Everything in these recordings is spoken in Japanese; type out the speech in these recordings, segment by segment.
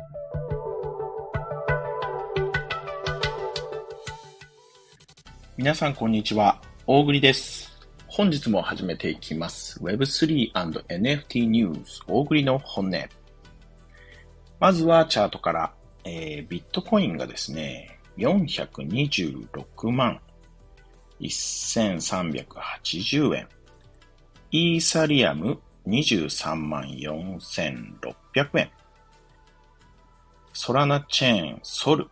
皆さんこんにちは。大栗です。本日も始めていきます。Web3&NFT ニュース、大栗の本音。まずはチャートから、ビットコインがですね、426万1380円。イーサリアム23万4600円。ソラナチェーンソル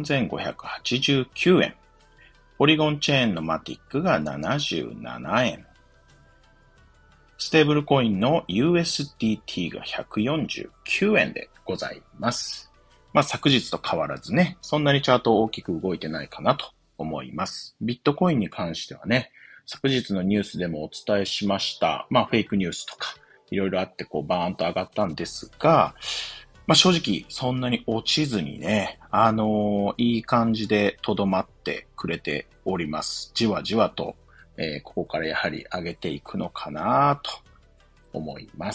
3589円。ポリゴンチェーンのマティックが77円。ステーブルコインの USDT が149円でございます。昨日と変わらずね、そんなにチャート大きく動いてないかなと思います。ビットコインに関してはね、昨日のニュースでもお伝えしました。フェイクニュースとか、いろいろあってバーンと上がったんですが、正直そんなに落ちずにね、いい感じで留まってくれております。じわじわと、ここからやはり上げていくのかなと思います。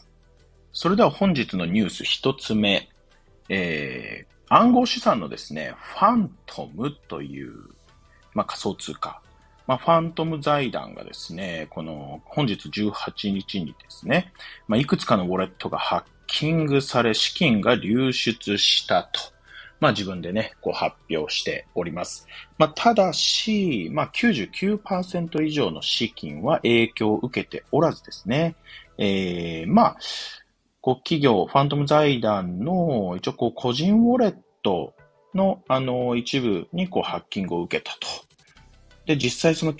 それでは本日のニュース一つ目、暗号資産のですね、ファントムという、仮想通貨、ファントム財団がですね、この本日18日にですね、いくつかのウォレットがハッキングされ資金が流出したと、自分でね、発表しております。ただし、99% 以上の資金は影響を受けておらずですね、企業、ファントム財団の一応個人ウォレットの一部にハッキングを受けたと。で、実際その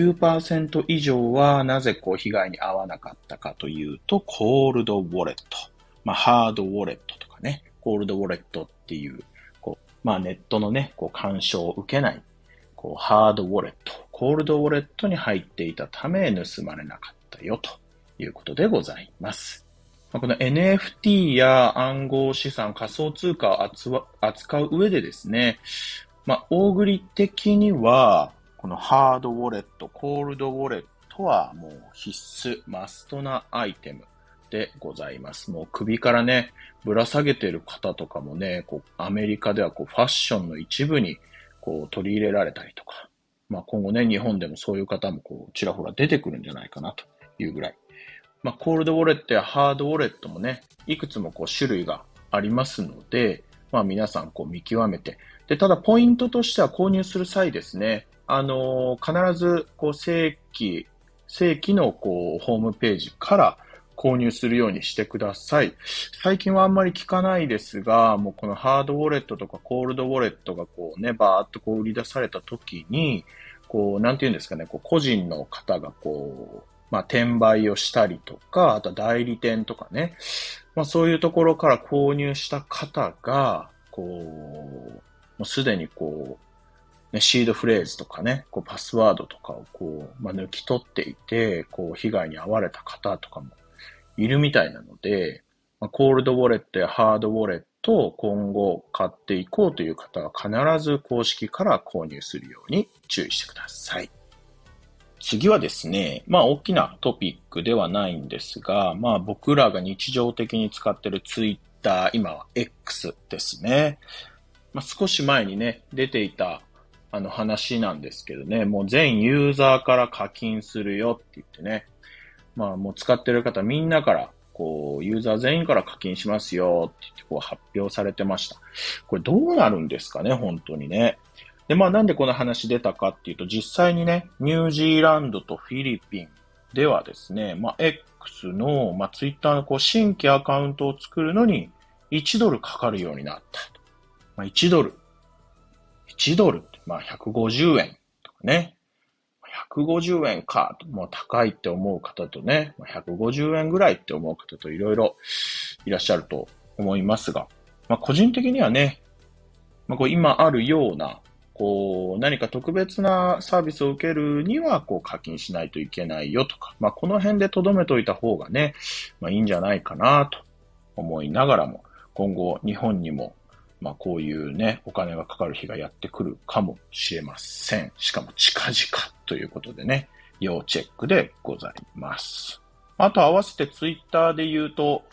99% 以上はなぜ被害に遭わなかったかというと、コールドウォレット。ハードウォレットとかね、コールドウォレットっていう、ネットのね、干渉を受けない、ハードウォレット、コールドウォレットに入っていたため盗まれなかったよということでございます。この NFT や暗号資産、仮想通貨を扱う上でですね、大栗的には、このハードウォレット、コールドウォレットはもう必須、マストなアイテムでございます。もう首からね、ぶら下げてる方とかもね、アメリカではファッションの一部に取り入れられたりとか、今後ね、日本でもそういう方もちらほら出てくるんじゃないかなというぐらい。コールドウォレットやハードウォレットもね、いくつも種類がありますので、皆さん見極めて。で、ただポイントとしては購入する際ですね、必ず正規のホームページから購入するようにしてください。最近はあんまり聞かないですが、もうこのハードウォレットとかコールドウォレットがバーっと売り出された時に、なんていうんですかね、個人の方が転売をしたりとか、あとは代理店とかね、そういうところから購入した方が、もうすでにシードフレーズとかね、パスワードとかを抜き取っていて、被害に遭われた方とかもいるみたいなので、コールドウォレットやハードウォレットを今後買っていこうという方は必ず公式から購入するように注意してください。次はですね、大きなトピックではないんですが、僕らが日常的に使っているツイッター、今は X ですね。少し前にね、出ていた話なんですけどね、もう全ユーザーから課金するよって言ってね、もう使ってる方みんなからユーザー全員から課金しますよって言って発表されてました。これどうなるんですかね、本当にね。で、なんでこの話出たかっていうと、実際にね、ニュージーランドとフィリピンではですね、X の、ツイッターの新規アカウントを作るのに1ドルかかるようになったと。1ドルって150円とかね。150円かと、高いって思う方とね、150円ぐらいって思う方といろいろいらっしゃると思いますが、個人的にはね、今あるような、何か特別なサービスを受けるには、課金しないといけないよとか、この辺で留めといた方がね、いいんじゃないかなと思いながらも、今後日本にもこういうね、お金がかかる日がやってくるかもしれません。しかも近々ということでね、要チェックでございます。あと合わせてツイッターで言うと、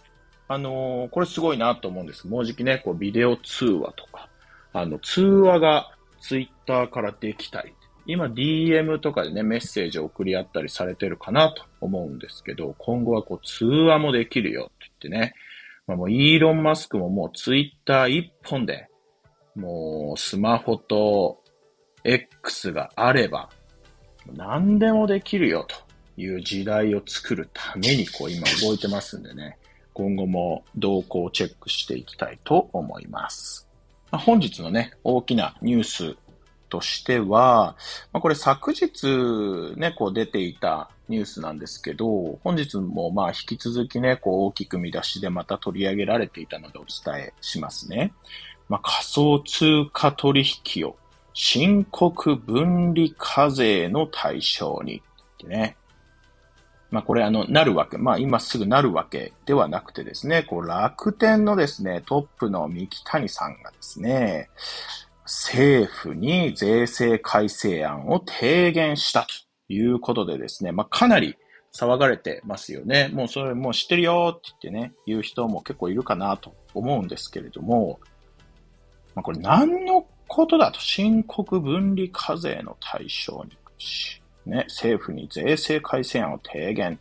これすごいなと思うんです。もうじきね、こう、ビデオ通話とか、通話がツイッターからできたり、今 DM とかでね、メッセージを送り合ったりされてるかなと思うんですけど、今後はこう、通話もできるよって言ってね、もうイーロン・マスクももうツイッター一本で、もうスマホと X があれば、何でもできるよという時代を作るためにこう今動いてますんでね、今後も動向をチェックしていきたいと思います。本日のね、大きなニュースとしては、これ昨日ね、こう出ていたニュースなんですけど、本日も引き続きね、こう大きく見出しでまた取り上げられていたのでお伝えしますね。仮想通貨取引を申告分離課税の対象にってね。これなるわけ。今すぐなるわけではなくてですね、こう楽天のですね、トップの三木谷さんがですね、政府に税制改正案を提言したということでですね、かなり騒がれてますよね。もうそれもう知ってるよって言ってね、言う人も結構いるかなと思うんですけれども、これ何のことだと、申告分離課税の対象にね、政府に税制改正案を提言。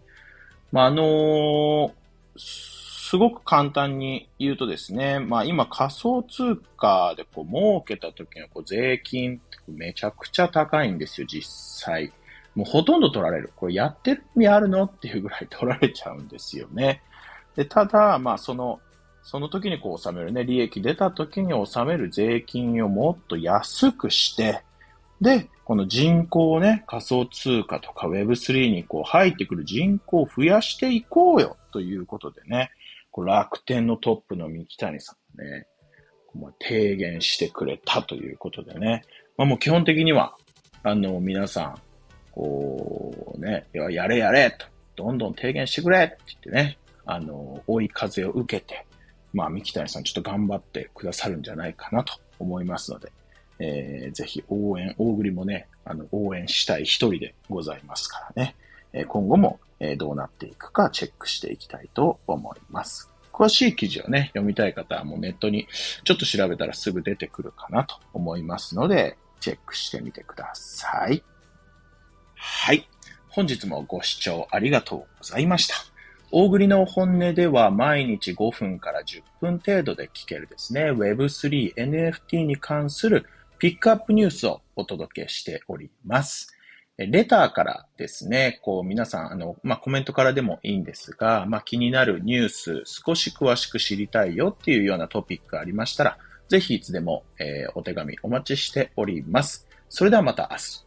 すごく簡単に言うとですね、今仮想通貨でこう儲けた時のこう税金ってめちゃくちゃ高いんですよ、実際。もうほとんど取られる。これやってみあるのっていうぐらい取られちゃうんですよね。で、ただ、その時にこう納めるね、利益出た時に納める税金をもっと安くして、で、この人口をね、仮想通貨とか Web3 にこう入ってくる人口を増やしていこうよということでね、こう楽天のトップの三木谷さんがね、提言してくれたということでね、もう基本的には、皆さん、こうね、やれやれと、どんどん提言してくれって言ってね、追い風を受けて、三木谷さんちょっと頑張ってくださるんじゃないかなと思いますので、ぜひ大栗もね、応援したい一人でございますからね、今後も、どうなっていくかチェックしていきたいと思います。詳しい記事をね、読みたい方はもうネットにちょっと調べたらすぐ出てくるかなと思いますので、チェックしてみてください。はい。本日もご視聴ありがとうございました。大栗の本音では毎日5分から10分程度で聞けるですね、Web3、NFT に関するピックアップニュースをお届けしております。レターからですね、こう皆さん、コメントからでもいいんですが、気になるニュース、少し詳しく知りたいよっていうようなトピックがありましたら、ぜひいつでも、お手紙お待ちしております。それではまた明日。